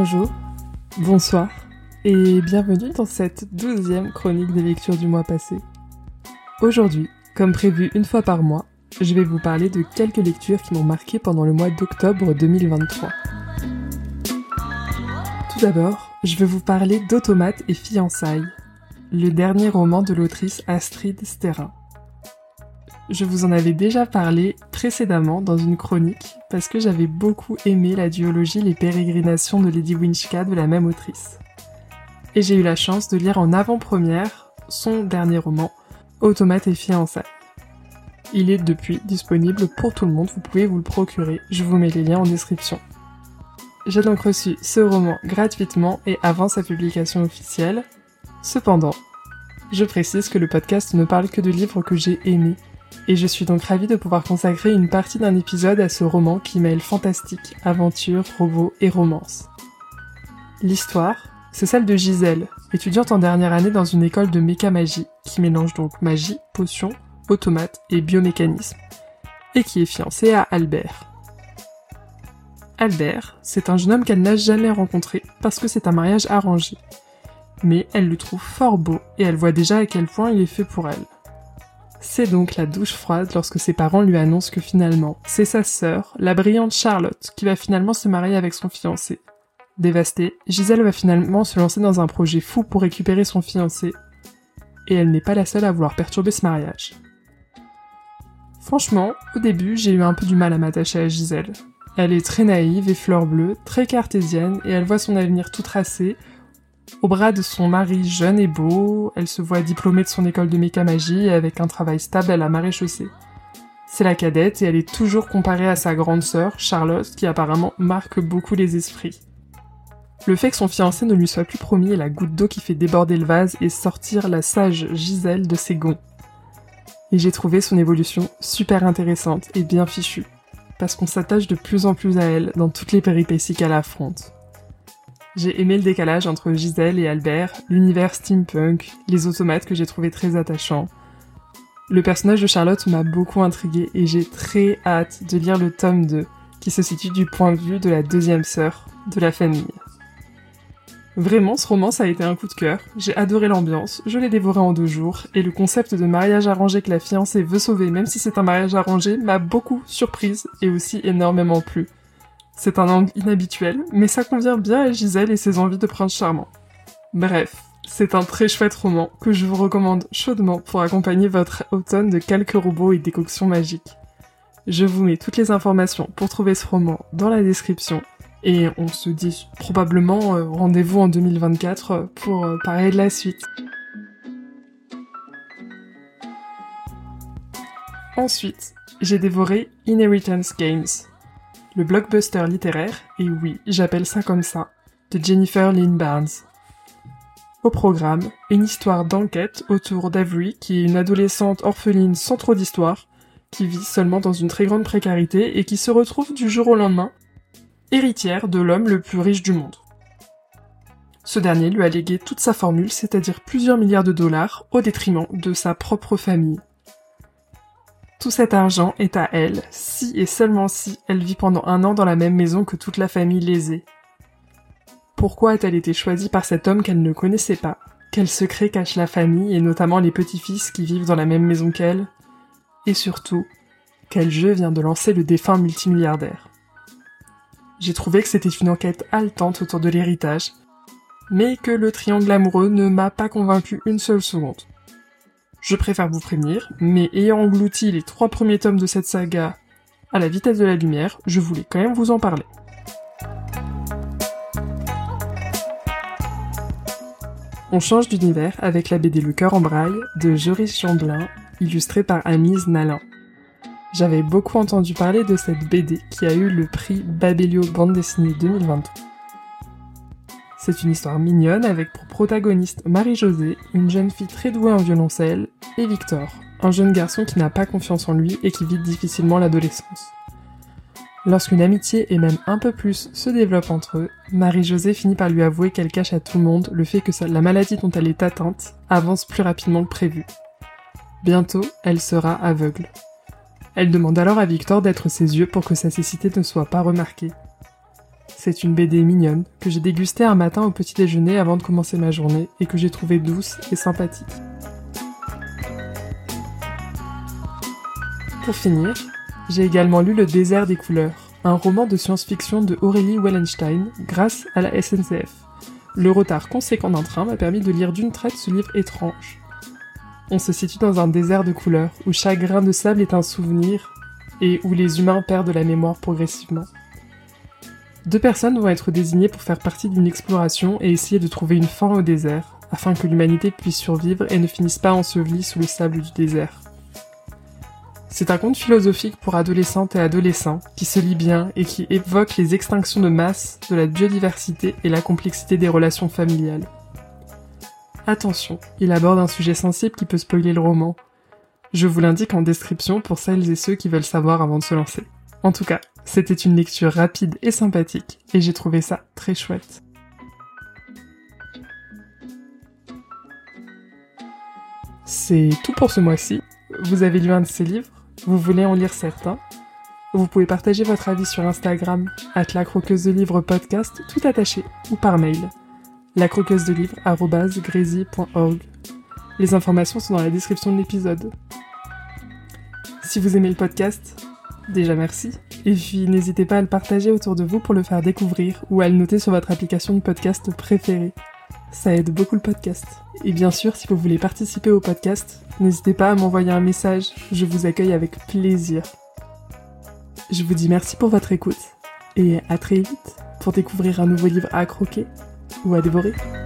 Bonjour, bonsoir et bienvenue dans cette 12e chronique des lectures du mois passé. Aujourd'hui, comme prévu une fois par mois, je vais vous parler de quelques lectures qui m'ont marqué pendant le mois d'octobre 2023. Tout d'abord, je vais vous parler d'Automates et fiançailles, le dernier roman de l'autrice Astrid Sterrin. Je vous en avais déjà parlé précédemment dans une chronique parce que j'avais beaucoup aimé la duologie Les Pérégrinations de Lady Winchka de la même autrice. Et j'ai eu la chance de lire en avant-première son dernier roman, Automates et fiançailles. Il est depuis disponible pour tout le monde, vous pouvez vous le procurer, je vous mets les liens en description. J'ai donc reçu ce roman gratuitement et avant sa publication officielle. Cependant, je précise que le podcast ne parle que de livres que j'ai aimés, et je suis donc ravie de pouvoir consacrer une partie d'un épisode à ce roman qui mêle fantastique, aventure, robot et romance. L'histoire, c'est celle de Gisèle, étudiante en dernière année dans une école de mécamagie, qui mélange donc magie, potions, automates et biomécanisme, et qui est fiancée à Albert. Albert, c'est un jeune homme qu'elle n'a jamais rencontré parce que c'est un mariage arrangé. Mais elle le trouve fort beau et elle voit déjà à quel point il est fait pour elle. C'est donc la douche froide lorsque ses parents lui annoncent que finalement, c'est sa sœur, la brillante Charlotte, qui va finalement se marier avec son fiancé. Dévastée, Gisèle va finalement se lancer dans un projet fou pour récupérer son fiancé, et elle n'est pas la seule à vouloir perturber ce mariage. Franchement, au début, j'ai eu un peu du mal à m'attacher à Gisèle. Elle est très naïve et fleur bleue, très cartésienne, et elle voit son avenir tout tracé. Au bras de son mari jeune et beau, elle se voit diplômée de son école de mécamagie et avec un travail stable à la maréchaussée. C'est la cadette et elle est toujours comparée à sa grande sœur, Charlotte, qui apparemment marque beaucoup les esprits. Le fait que son fiancé ne lui soit plus promis est la goutte d'eau qui fait déborder le vase et sortir la sage Gisèle de ses gonds. Et j'ai trouvé son évolution super intéressante et bien fichue, parce qu'on s'attache de plus en plus à elle dans toutes les péripéties qu'elle affronte. J'ai aimé le décalage entre Gisèle et Albert, l'univers steampunk, les automates que j'ai trouvé très attachants. Le personnage de Charlotte m'a beaucoup intriguée et j'ai très hâte de lire le tome 2, qui se situe du point de vue de la deuxième sœur de la famille. Vraiment, ce roman, ça a été un coup de cœur, j'ai adoré l'ambiance, je l'ai dévoré en 2 jours, et le concept de mariage arrangé que la fiancée veut sauver même si c'est un mariage arrangé m'a beaucoup surprise et aussi énormément plu. C'est un angle inhabituel, mais ça convient bien à Gisèle et ses envies de prince charmant. Bref, c'est un très chouette roman que je vous recommande chaudement pour accompagner votre automne de quelques robots et décoctions magiques. Je vous mets toutes les informations pour trouver ce roman dans la description, et on se dit probablement rendez-vous en 2024 pour parler de la suite. Ensuite, j'ai dévoré Inheritance Games, le blockbuster littéraire, et oui, j'appelle ça comme ça, de Jennifer Lynn Barnes. Au programme, une histoire d'enquête autour d'Avery, qui est une adolescente orpheline sans trop d'histoire, qui vit seulement dans une très grande précarité et qui se retrouve du jour au lendemain héritière de l'homme le plus riche du monde. Ce dernier lui a légué toute sa formule, c'est-à-dire plusieurs milliards de dollars, au détriment de sa propre famille. Tout cet argent est à elle, si et seulement si elle vit pendant 1 an dans la même maison que toute la famille lésée. Pourquoi a-t-elle été choisie par cet homme qu'elle ne connaissait pas? Quels secrets cache la famille, et notamment les petits-fils qui vivent dans la même maison qu'elle? Et surtout, quel jeu vient de lancer le défunt multimilliardaire? J'ai trouvé que c'était une enquête haletante autour de l'héritage, mais que le triangle amoureux ne m'a pas convaincu une seule seconde. Je préfère vous prévenir, mais ayant englouti les 3 premiers tomes de cette saga à la vitesse de la lumière, je voulais quand même vous en parler. On change d'univers avec la BD Le Cœur en braille de Joris Chamblin, illustrée par Amise Nalin. J'avais beaucoup entendu parler de cette BD qui a eu le prix Babelio Bande Dessinée 2023. C'est une histoire mignonne avec pour protagoniste Marie-Josée, une jeune fille très douée en violoncelle, et Victor, un jeune garçon qui n'a pas confiance en lui et qui vit difficilement l'adolescence. Lorsqu'une amitié et même un peu plus se développe entre eux, Marie-Josée finit par lui avouer qu'elle cache à tout le monde le fait que la maladie dont elle est atteinte avance plus rapidement que prévu. Bientôt, elle sera aveugle. Elle demande alors à Victor d'être ses yeux pour que sa cécité ne soit pas remarquée. C'est une BD mignonne que j'ai dégustée un matin au petit déjeuner avant de commencer ma journée et que j'ai trouvée douce et sympathique. Pour finir, j'ai également lu Le désert des couleurs, un roman de science-fiction de Aurélie Wallenstein grâce à la SNCF. Le retard conséquent d'un train m'a permis de lire d'une traite ce livre étrange. On se situe dans un désert de couleurs, où chaque grain de sable est un souvenir, et où les humains perdent la mémoire progressivement. 2 personnes vont être désignées pour faire partie d'une exploration et essayer de trouver une fin au désert, afin que l'humanité puisse survivre et ne finisse pas ensevelie sous le sable du désert. C'est un conte philosophique pour adolescentes et adolescents, qui se lit bien et qui évoque les extinctions de masse, de la biodiversité et la complexité des relations familiales. Attention, il aborde un sujet sensible qui peut spoiler le roman. Je vous l'indique en description pour celles et ceux qui veulent savoir avant de se lancer. En tout cas, c'était une lecture rapide et sympathique, et j'ai trouvé ça très chouette. C'est tout pour ce mois-ci. Vous avez lu un de ces livres? Vous voulez en lire certains? Vous pouvez partager votre avis sur Instagram, @lacroqueusedelivres-podcast, tout attaché, ou par mail, lacroqueusedelivres@grésy.org. Les informations sont dans la description de l'épisode. Si vous aimez le podcast, déjà merci. Et puis n'hésitez pas à le partager autour de vous pour le faire découvrir ou à le noter sur votre application de podcast préférée. Ça aide beaucoup le podcast. Et bien sûr, si vous voulez participer au podcast, n'hésitez pas à m'envoyer un message, je vous accueille avec plaisir. Je vous dis merci pour votre écoute et à très vite pour découvrir un nouveau livre à croquer ou à dévorer.